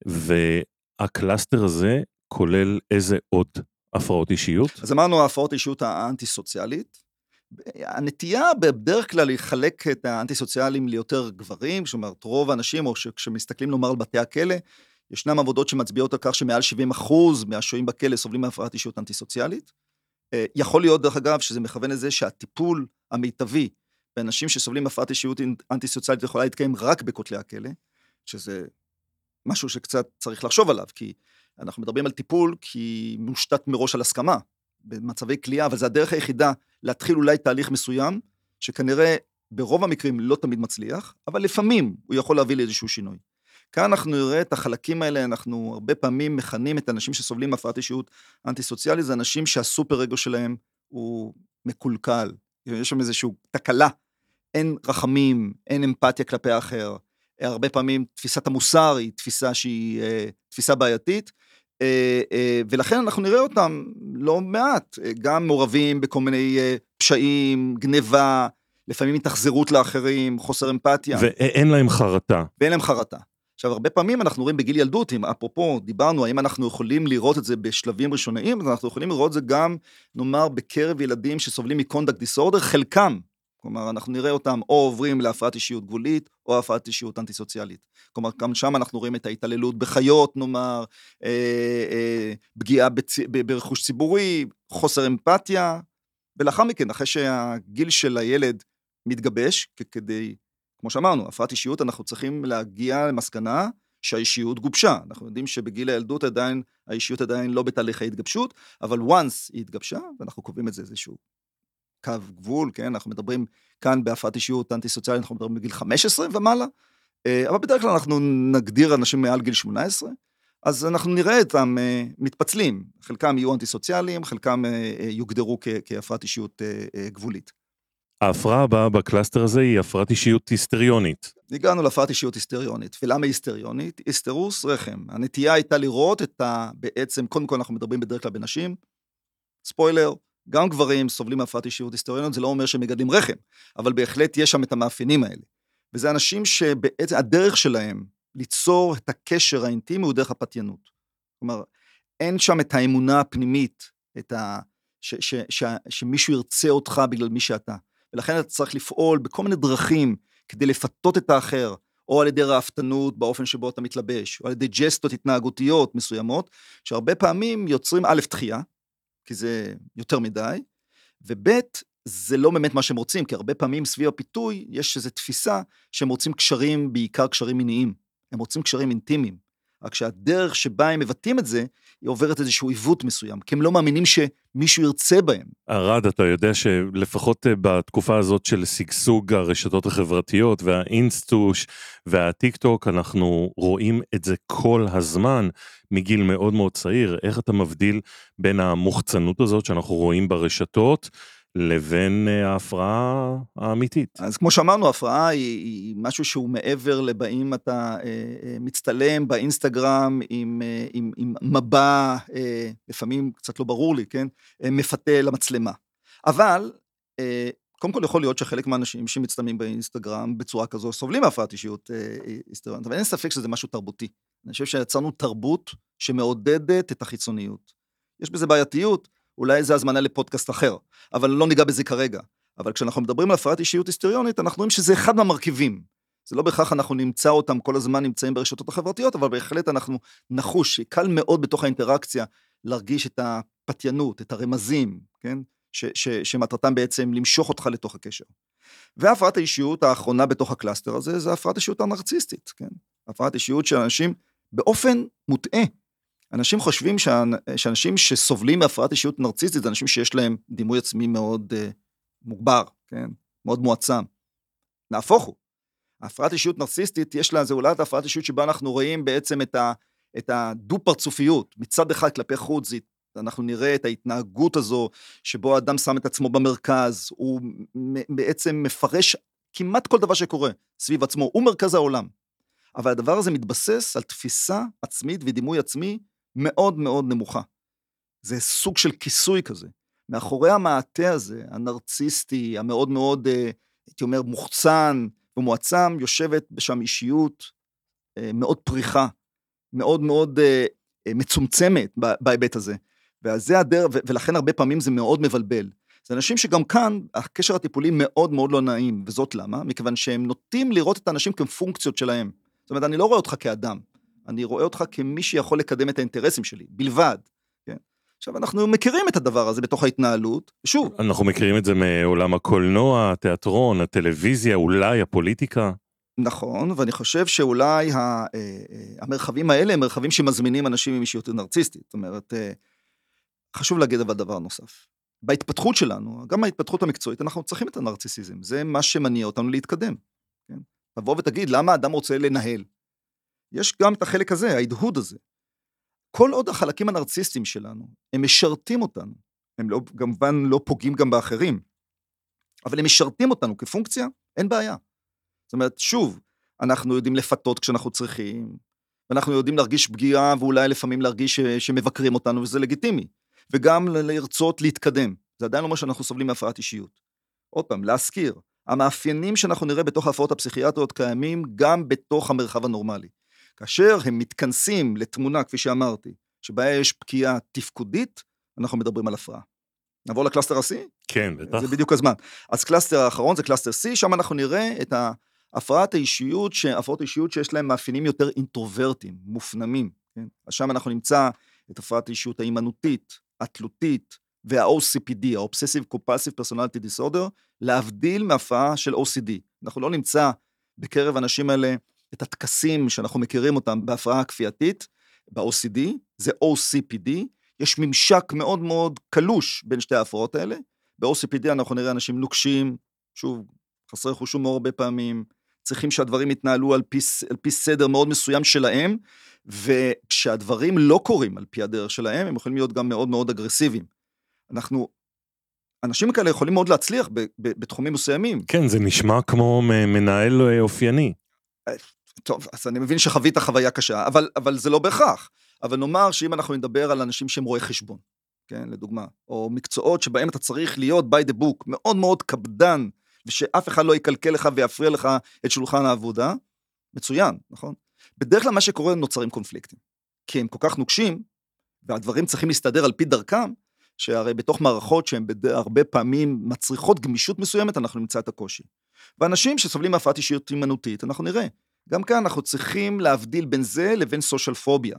והקלאסטר הזה כולל איזה עוד הפרעות אישיות? אז אמרנו, ההפרעות אישיות האנטי-סוציאלית, הנטייה בדרך כלל לחלק את האנטי-סוציאלים ליותר גברים, זאת אומרת, רוב האנשים, או כשמסתכלים לומר על בתי הכלא, ישנם עבודות שמצביעות על כך שמעל 70% מהשוהים בכלא סובלים מהפרעת אישיות אנטי-סוציאלית. יכול להיות דרך אגב שזה מכוון לזה שהטיפול המיטבי באנשים שסובלים מהפרעת אישיות אנטי-סוציאלית יכולה להתקיים רק בכותלי הכלא, שזה משהו שקצת צריך לחשוב עליו, כי אנחנו מדברים על טיפול כי מושתת מראש על הסכמה, במצבי כליאה, אבל זה הדרך היחידה להתחיל אולי תהליך מסוים, שכנראה ברוב המקרים לא תמיד מצליח, אבל לפעמים הוא יכול להביא לאיזשהו שינוי. כאן אנחנו נראה את החלקים האלה, אנחנו הרבה פעמים מכנים את האנשים שסובלים מהפרעת אישיות אנטי-סוציאלית, זה אנשים שהסופר אגו שלהם הוא מקולקל, יש שם איזושהי תקלה, אין רחמים, אין אמפתיה כלפי האחר, הרבה פעמים תפיסת המוסר היא תפיסה שהיא תפיסה בעייתית, ולכן אנחנו נראה אותם לא מעט, גם מעורבים בכל מיני פשעים, גניבה, לפעמים התאכזרות לאחרים, חוסר אמפתיה. ואין להם חרטה. ואין להם חרטה. עכשיו, הרבה פעמים אנחנו רואים בגיל ילדות, אם אפרופו דיברנו, האם אנחנו יכולים לראות את זה בשלבים ראשוניים, אז אנחנו יכולים לראות את זה גם, נאמר, בקרב ילדים שסובלים מקונדקט דיסורדר, חלקם, כלומר, אנחנו נראה אותם או עוברים להפרעת אישיות גבולית, או הפרעת אישיות אנטי-סוציאלית. כלומר, גם שם אנחנו רואים את ההתעללות בחיות, נאמר, פגיעה ברכוש ציבורי, חוסר אמפתיה, ולאחר מכן, אחרי שהגיל של הילד מתגבש, כדי, כמו שאמרנו, הפרעת אישיות, אנחנו צריכים להגיע למסקנה שהאישיות גובשה. אנחנו יודעים שבגיל הילדות עדיין, האישיות עדיין לא בתהליך ההתגבשות, אבל once היא התגבשה, ואנחנו קובעים את זה איזשהו קו גבול, כן? אנחנו מדברים כאן בהפרעת אישיות אנטי-סוציאלית, אנחנו מדברים בגיל 15 ומעלה, אבל בדרך כלל אנחנו נגדיר אנשים מעל גיל 18, אז אנחנו נראה אותם מתפצלים, חלקם יהיו אנטי-סוציאליים, חלקם יוגדרו כהפרעת אישיות גבולית. ההפרעה הבאה בקלאסטר הזה היא הפרעת אישיות היסטריונית. הגענו להפרעת אישיות היסטריונית, ולמה היסטריונית? היסטרוס רחם. הנטייה הייתה לראות את בעצם, קודם כל אנחנו מדברים בדרך כלל בנשים, ספוילר, גם גברים סובלים מהפרעת אישיות היסטריונית, זה לא אומר שהם מגדלים רחם, אבל בהחלט יש שם את המאפיינים האלה. וזה אנשים שבעצם הדרך שלהם ליצור את הקשר האינטימי הוא דרך הפתיינות. כלומר, אין שם את האמונה הפנימית, שמישהו ירצה אותך בגלל מי שאתה. ולכן אתה צריך לפעול בכל מיני דרכים כדי לפתות את האחר, או על ידי רעפתנות באופן שבו אתה מתלבש, או על ידי ג'סטות התנהגותיות מסוימות, שהרבה פעמים יוצרים א' דחייה, כי זה יותר מדי, וב' זה לא באמת מה שהם רוצים, כי הרבה פעמים סביב הפיתוי יש איזו תפיסה שהם רוצים קשרים, בעיקר קשרים מיניים, הם רוצים קשרים אינטימיים, רק שהדרך שבה הם מבטאים את זה, היא עוברת איזשהו עיוות מסוים, כי הם לא מאמינים שמישהו ירצה בהם. ארד, אתה יודע שלפחות בתקופה הזאת של סגסוג הרשתות החברתיות, והאינסטוש והטיק טוק, אנחנו רואים את זה כל הזמן, מגיל מאוד מאוד צעיר. איך אתה מבדיל בין המוחצנות הזאת שאנחנו רואים ברשתות, לבין ההפרעה האמיתית? אז כמו שאמרנו, ההפרעה היא משהו שהוא מעבר לבאים, אתה מצטלם באינסטגרם עם מבע, לפעמים קצת לא ברור לי, כן? מפתה למצלמה. אבל, קודם כל יכול להיות שחלק מהאנשים שמצטלמים באינסטגרם בצורה כזו סובלים מהפרעת אישיות היסטריונית, אבל אין ספק שזה משהו תרבותי. אני חושב שיצרנו תרבות שמעודדת את החיצוניות. יש בזה בעייתיות, אולי זה הזמנה לפודקאסט אחר, אבל לא ניגע בזה כרגע. אבל כשאנחנו מדברים על הפרעת אישיות היסטריונית, אנחנו רואים שזה אחד מהמרכיבים. זה לא בכך אנחנו נמצא אותם כל הזמן נמצאים ברשתות החברתיות, אבל בהחלט אנחנו נחוש, קל מאוד בתוך האינטראקציה להרגיש את הפתיינות, את הרמזים, כן? שמטרתם בעצם למשוך אותך לתוך הקשר. והפרעת האישיות האחרונה בתוך הקלאסטר הזה, זה הפרעת האישיות הנרציסטית, כן? הפרעת אישיות של אנשים באופן מוטעה. אנשים חושבים שאנשים שסובלים מהפרעת אישיות נרציסטית, זה אנשים שיש להם דימוי עצמי מאוד מוגבר, כן? מאוד מועצם. נהפוך הוא. ההפרעת אישיות נרציסטית, יש לה, זה אולי את ההפרעת אישיות שבה אנחנו רואים בעצם את הדו-פרצופיות, מצד אחד כלפי חוץ, אנחנו נראה את ההתנהגות הזו, שבו האדם שם את עצמו במרכז, הוא בעצם מפרש כמעט כל דבר שקורה סביב עצמו, הוא מרכז העולם. אבל הדבר הזה מתבסס על תפיסה עצמית ודימוי עצמי מאוד מאוד נמוכה. זה סוג של כיסוי כזה. מאחורי המעטה הזה, הנרציסטי, המאוד מאוד, הייתי אומר, מוחצן ומועצם, יושבת בשם אישיות מאוד פריחה, מאוד מאוד מצומצמת בהיבט הזה. וזה הדרך, ולכן הרבה פעמים זה מאוד מבלבל. זה אנשים שגם כאן, הקשר הטיפולי מאוד מאוד לא נעים, וזאת למה? מכיוון שהם נוטים לראות את האנשים כפונקציות שלהם. זאת אומרת, אני לא רואה אותך כאדם, אני רואה אותך כמי שיכול לקדם את האינטרסים שלי, בלבד. כן? עכשיו, אנחנו מכירים את הדבר הזה בתוך ההתנהלות, ושוב. אנחנו מכירים את זה מעולם הקולנוע, התיאטרון, הטלוויזיה, אולי הפוליטיקה. נכון, ואני חושב שאולי המרחבים האלה הם מרחבים שמזמינים אנשים עם אישיות נרציסטית. זאת אומרת, חשוב להגיד אבל דבר נוסף. בהתפתחות שלנו, גם בהתפתחות המקצועית, אנחנו צריכים את הנרציסיזם. זה מה שמניע אותנו להתקדם. כן? תבוא ותגיד, למה האדם רוצה לנהל? יש גם את החלק הזה, ההדהוד הזה. כל עוד החלקים הנרציסטיים שלנו, הם משרתים אותנו. הם לא, כמובן לא פוגעים גם באחרים. אבל הם משרתים אותנו כפונקציה, אין בעיה. זאת אומרת, שוב, אנחנו יודעים לפתות כשאנחנו צריכים, ואנחנו יודעים להרגיש פגיעה, ואולי לפעמים להרגיש שמבקרים אותנו, וזה לגיטימי. וגם לרצות להתקדם. זה עדיין לא אומר שאנחנו סובלים מהפרעת אישיות. עוד פעם, להזכיר, המאפיינים שאנחנו נראה בתוך ההפרעות הפסיכיאטריות קיימים גם בתוך המרחב הנורמלי. כאשר הם מתכנסים לתמונה, כפי שאמרתי, שבה יש פגיעה תפקודית, אנחנו מדברים על הפרעה. נעבור לקלאסטר ה-C? כן, בטח. זה בדיוק הזמן. אז קלאסטר האחרון זה קלאסטר C, שם אנחנו נראה את הפרעות האישיות שיש להם מאפיינים יותר אינטרוברטיים, מופנמים. כן? אז שם אנחנו נמצא את הפרעת האישיות ההימנותית, התלותית, וה-OCPD, ה-Obsessive Compulsive Personality Disorder, להבדיל מהפרעה של OCD. אנחנו לא נמצא בקרב האנשים האלה את התקסים שאנחנו מכירים אותם בהפרעה הכפייתית, ב-OCD, זה OCPD, יש ממשק מאוד מאוד קלוש בין שתי ההפרעות האלה, ב-OCPD אנחנו נראה אנשים נוקשים, שוב, חסרי חוש הומור הרבה פעמים, צריכים שהדברים יתנהלו על פי סדר מאוד מסוים שלהם, וכשהדברים לא קורים על פי הדרך שלהם, הם יכולים להיות גם מאוד מאוד אגרסיביים. אנשים כאלה יכולים מאוד להצליח בתחומים מסוימים. כן, זה נשמע כמו מנהל אופייני. טוב, אז אני מבין שחווית חוויה קשה, אבל זה לא בהכרח. אבל נאמר שאם אנחנו נדבר על אנשים שהם רואי חשבון, כן, לדוגמה, או מקצועות שבהם אתה צריך להיות by the book, מאוד מאוד קפדן, ושאף אחד לא יקלקל לך ויפריע לך את שולחן העבודה, מצוין, נכון? בדרך כלל מה שקורה נוצרים קונפליקטים, כי הם כל כך נוקשים, והדברים צריכים להסתדר על פי דרכם, שהרי בתוך מערכות שהן הרבה פעמים מצריכות גמישות מסוימת, אנחנו נמצא את הקושי. ואנשים שסובלים מהפרעת אישיות הימנותית, אנחנו נראה, גם כאן אנחנו צריכים להבדיל בין זה לבין סושיאל פוביה.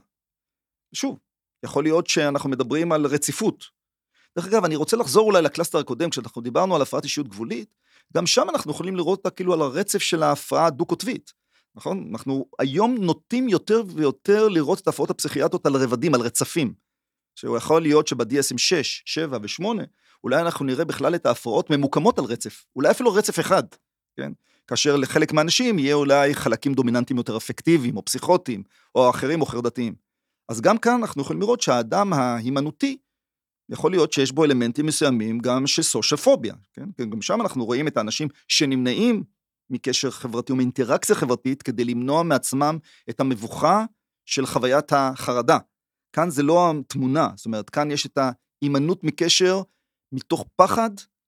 שוב, יכול להיות שאנחנו מדברים על רציפות. דרך אגב, אני רוצה לחזור אולי לקלאסטר הקודם, כשאנחנו דיברנו על הפרעת אישיות גבולית, גם שם אנחנו יכולים לראות אותה כאילו על הרצף של ההפרעה הדו-קוטבית. נכון? אנחנו היום נוטים יותר ויותר לראות את ההפרעות הפסיכיאטריות על רבדים, על רצפים. שהוא יכול להיות שב-DSM 6, 7 ו-8, אולי אנחנו נראה בכלל את ההפרעות ממוקמות על רצף, אולי אפילו רצף אחד, כן? כאשר לחלק מהאנשים יהיה אולי חלקים דומיננטיים יותר אפקטיביים, או פסיכוטיים, או אחרים או חרדתיים. אז גם כאן אנחנו יכולים לראות שהאדם ההימנותי, יכול להיות שיש בו אלמנטים מסוימים גם של סושיאל פוביה, כן? גם שם אנחנו רואים את האנשים שנמנעים מקשר חברתי ומאינטראקציה חברתית, כדי למנוע מעצמם את המבוכה של חוויית החרדה. כאן זה לא התמונה, זאת אומרת, כאן יש את ההימנעות מקשר, מתוך פחד,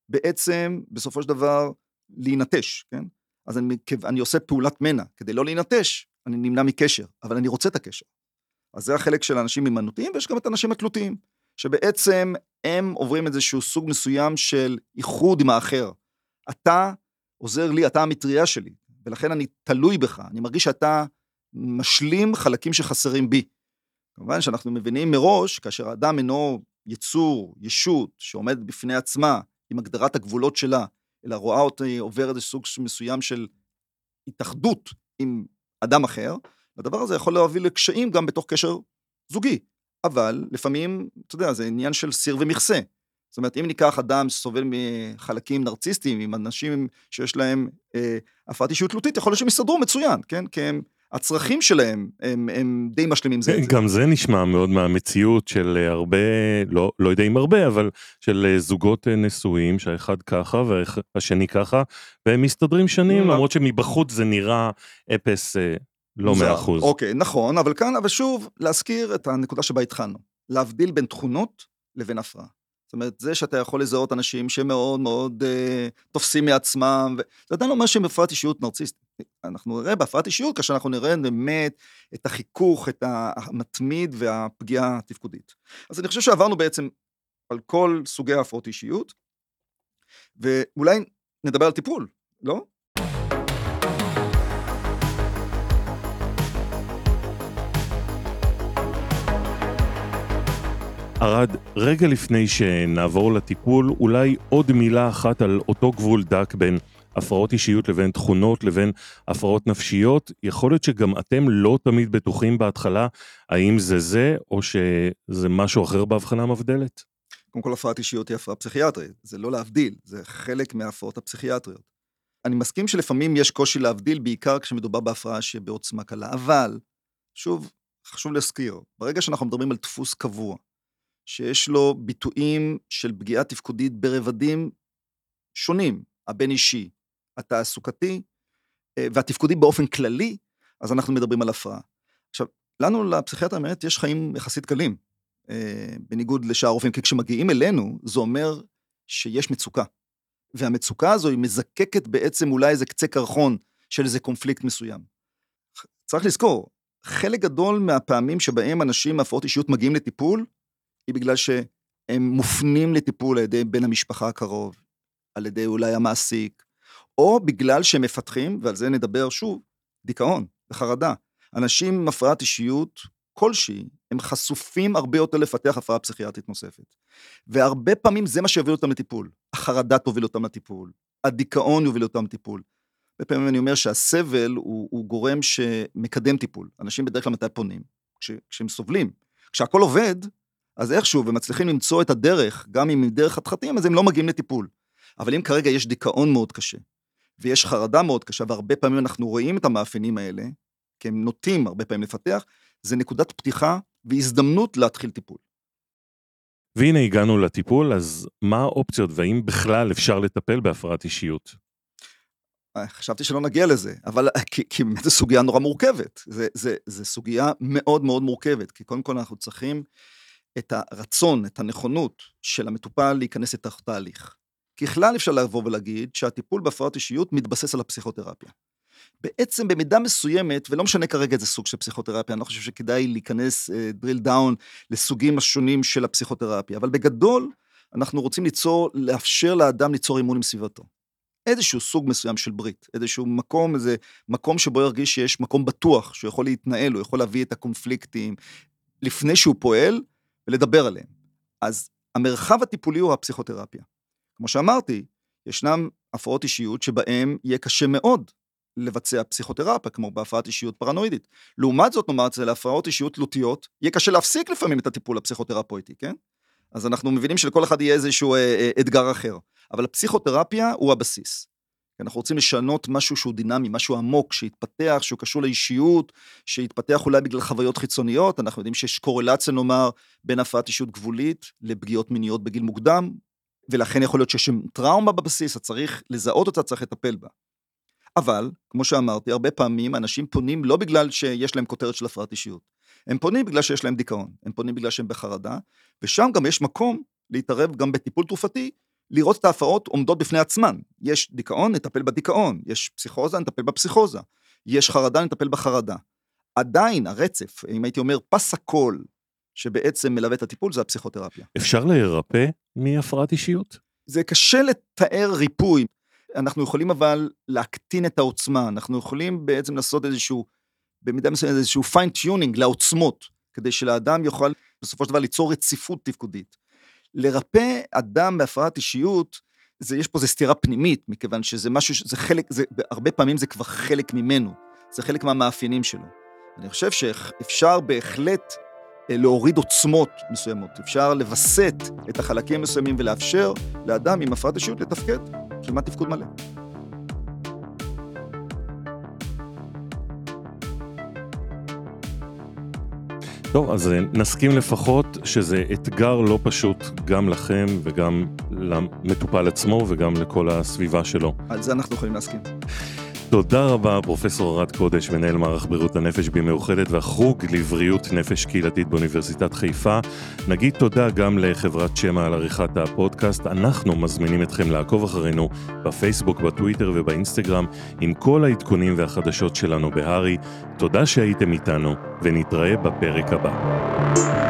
בעצם, בסופו של דבר, להינטש, כן? אז אני עושה פעולת מנע, כדי לא להינטש, אני נמנע מקשר, אבל אני רוצה את הקשר. אז זה החלק של האנשים הימנותיים, ויש גם את האנשים התלותיים, שבעצם הם עוברים איזשהו סוג מסוים של איחוד עם האחר. אתה עוזר לי, אתה המטריה שלי, ולכן אני תלוי בך, אני מרגיש שאתה משלים חלקים שחסרים בי. כמובן שאנחנו מבינים מראש, כאשר האדם אינו יצור, ישות, שעומד בפני עצמה, עם הגדרת הגבולות שלה, אלא רואה אותי עובר איזה סוג מסוים של התאחדות עם אדם אחר, הדבר הזה יכול להוביל לקשיים גם בתוך קשר זוגי, אבל לפעמים, אתה יודע, זה עניין של סיר ומכסה. זאת אומרת, אם ניקח אדם שסובל מחלקים נרציסטיים, עם אנשים שיש להם הפרעת אישיות תלותית, יכול להיות שהם יסתדרו מצוין, כן? כי הצרכים שלהם הם די משלימים זה. גם זה נשמע מאוד מהמציאות של הרבה, לא יודע אם הרבה, אבל של זוגות נשואים, שהאחד ככה והשני ככה, והם מסתדרים שנים, למרות שמבחוץ זה נראה אפס לא 100%. אוקיי, נכון, אבל כאן, אבל שוב, להזכיר את הנקודה שבה התחלנו, להבדיל בין תכונות לבין הפרעה. זאת אומרת, זה שאתה יכול לזהות אנשים שמאוד מאוד תופסים מעצמם, זה עדיין לא אומר שהם הפרעת אישיות נרציסטית. אנחנו נראה בהפרעת אישיות, כאשר אנחנו נראה באמת את החיכוך, את המתמיד והפגיעה התפקודית. אז אני חושב שעברנו בעצם על כל סוגי ההפרעות אישיות, ואולי נדבר על טיפול, לא? ארד, רגע לפני שנעבור לטיפול, אולי עוד מילה אחת על אותו גבול דק בין הפרעות אישיות לבין תכונות, לבין הפרעות נפשיות. יכול להיות שגם אתם לא תמיד בטוחים בהתחלה, האם זה, או שזה משהו אחר בהבחנה המבדלת? קודם כל, הפרעת אישיות היא הפרעה פסיכיאטרית, זה לא להבדיל, זה חלק מההפרעות הפסיכיאטריות. אני מסכים שלפעמים יש קושי להבדיל, בעיקר כשמדובר בהפרעה שבעוצמה קלה, אבל, שוב, חשוב להזכיר, ברגע שאנחנו מדברים על דפוס קבוע, שיש לו ביטויים של פגיעה תפקודית ברבדים שונים, הבין אישי, התעסוקתי, והתפקודי באופן כללי, אז אנחנו מדברים על הפרעה. עכשיו, לנו לפסיכיאטר האמת יש חיים יחסית קלים, בניגוד לשאר הרופאים, כי כשמגיעים אלינו, זה אומר שיש מצוקה. והמצוקה הזו היא מזקקת בעצם אולי איזה קצה קרחון של איזה קונפליקט מסוים. צריך לזכור, חלק גדול מהפעמים שבהם אנשים מהפרעות אישיות מגיעים לטיפול, היא בגלל שהם מופנים לטיפול על ידי בן המשפחה הקרוב, על ידי אולי המעסיק, או בגלל שהם מפתחים, ועל זה נדבר שוב, דיכאון וחרדה. אנשים עם הפרעת אישיות כלשהי, הם חשופים הרבה יותר לפתח הפרעה פסיכיאטרית נוספת. והרבה פעמים זה מה שיוביל אותם לטיפול. החרדה תוביל אותם לטיפול. הדיכאון יוביל אותם לטיפול. הרבה פעמים אני אומר שהסבל הוא גורם שמקדם טיפול. אנשים בדרך כלל מתי פונים, כשהם סובלים. כשהכל עובד, אז איכשהו, ומצליחים למצוא את הדרך, גם אם דרך חתחתים, אז הם לא מגיעים לטיפול. אבל אם כרגע יש דיכאון מאוד קשה, ויש חרדה מאוד קשה, והרבה פעמים אנחנו רואים את המאפיינים האלה, כי הם נוטים הרבה פעמים לפתח, זה נקודת פתיחה והזדמנות להתחיל טיפול. והנה הגענו לטיפול, אז מה האופציות, והאם בכלל אפשר לטפל בהפרעת אישיות? חשבתי שלא נגיע לזה, אבל כי באמת זו סוגיה נורא מורכבת. זה סוגיה מאוד מאוד מורכבת, כי קודם כל אנחנו צריכים את הרצון, את הנכונות של המטופל להיכנס לתוך תהליך. ככלל אפשר לבוא ולהגיד שהטיפול בהפרעת אישיות מתבסס על הפסיכותרפיה. בעצם במידה מסוימת, ולא משנה כרגע איזה סוג של פסיכותרפיה, אני לא חושב שכדאי להיכנס drill down לסוגים השונים של הפסיכותרפיה, אבל בגדול אנחנו רוצים לאפשר לאדם ליצור אימון עם סביבתו. איזשהו סוג מסוים של ברית, איזשהו מקום, איזה מקום שבו ירגיש שיש מקום בטוח, שהוא יכול להתנהל, הוא יכול להביא את הקונפליקטים, לפני שהוא פועל, ולדבר עליהם. אז המרחב הטיפולי הוא הפסיכותרפיה. כמו שאמרתי, ישנם הפרעות אישיות שבהם יהיה קשה מאוד לבצע פסיכותרפיה, כמו בהפרעת אישיות פרנואידית. לעומת זאת, נאמר, זה להפרעות אישיות תלותיות, יהיה קשה להפסיק לפעמים את הטיפול הפסיכותרפויטי, כן? אז אנחנו מבינים שלכל אחד יהיה איזשהו אתגר אחר. אבל הפסיכותרפיה הוא הבסיס. אנחנו רוצים לשנות משהו שהוא דינמי, משהו עמוק, שיתפתח, שהוא קשור לאישיות, שיתפתח אולי בגלל חוויות חיצוניות. אנחנו יודעים שיש קורלציה, נאמר, בין הפרעת אישיות גבולית לפגיעות מיניות בגיל מוקדם, ולכן יכול להיות שיש טראומה בבסיס, אז צריך לזהות אותה, צריך לטפל בה. אבל, כמו שאמרתי, הרבה פעמים אנשים פונים לא בגלל שיש להם כותרת של הפרעת אישיות. הם פונים בגלל שיש להם דיכאון, הם פונים בגלל שהם בחרדה, ושם גם יש מקום להתערב גם בטיפול תרופתי, לראות את ההפרעות עומדות בפני עצמן. יש דיכאון, נטפל בדיכאון, יש פסיכוזה, נטפל בפסיכוזה, יש חרדה, נטפל בחרדה. עדיין הרצף, אם הייתי אומר, פס הכל, שבעצם מלווה את הטיפול, זה הפסיכותרפיה. אפשר להירפא מהפרעת אישיות? זה קשה לתאר ריפוי. אנחנו יכולים אבל להקטין את העוצמה, אנחנו יכולים בעצם לעשות איזשהו, במידה מסוימת איזשהו fine-tuning לעוצמות, כדי שלאדם יוכל בסופו של דבר ליצור רציפות תפקודית. לרפא אדם בהפרעת אישיות, יש פה סתירה פנימית, מכיוון שזה משהו, זה חלק, הרבה פעמים זה כבר חלק ממנו, זה חלק מהמאפיינים שלו. אני חושב שאפשר בהחלט להוריד עוצמות מסוימות, אפשר לבסט את החלקים מסוימים ולאפשר לאדם עם הפרעת אישיות לתפקד, של מה תפקוד מלא. טוב, אז נסכים לפחות שזה אתגר לא פשוט גם לכם וגם למטופל עצמו וגם לכל הסביבה שלו. על זה אנחנו יכולים להסכים. תודה רבה, פרופסור ארד קודש, מנהל מערך בריאות הנפש במאוחדת והחוג לבריאות נפש קהילתית באוניברסיטת חיפה. נגיד תודה גם לחברת שמה על עריכת הפודקאסט. אנחנו מזמינים אתכם לעקוב אחרינו בפייסבוק, בטוויטר ובאינסטגרם עם כל העדכונים והחדשות שלנו בהרי. תודה שהייתם איתנו ונתראה בפרק הבא.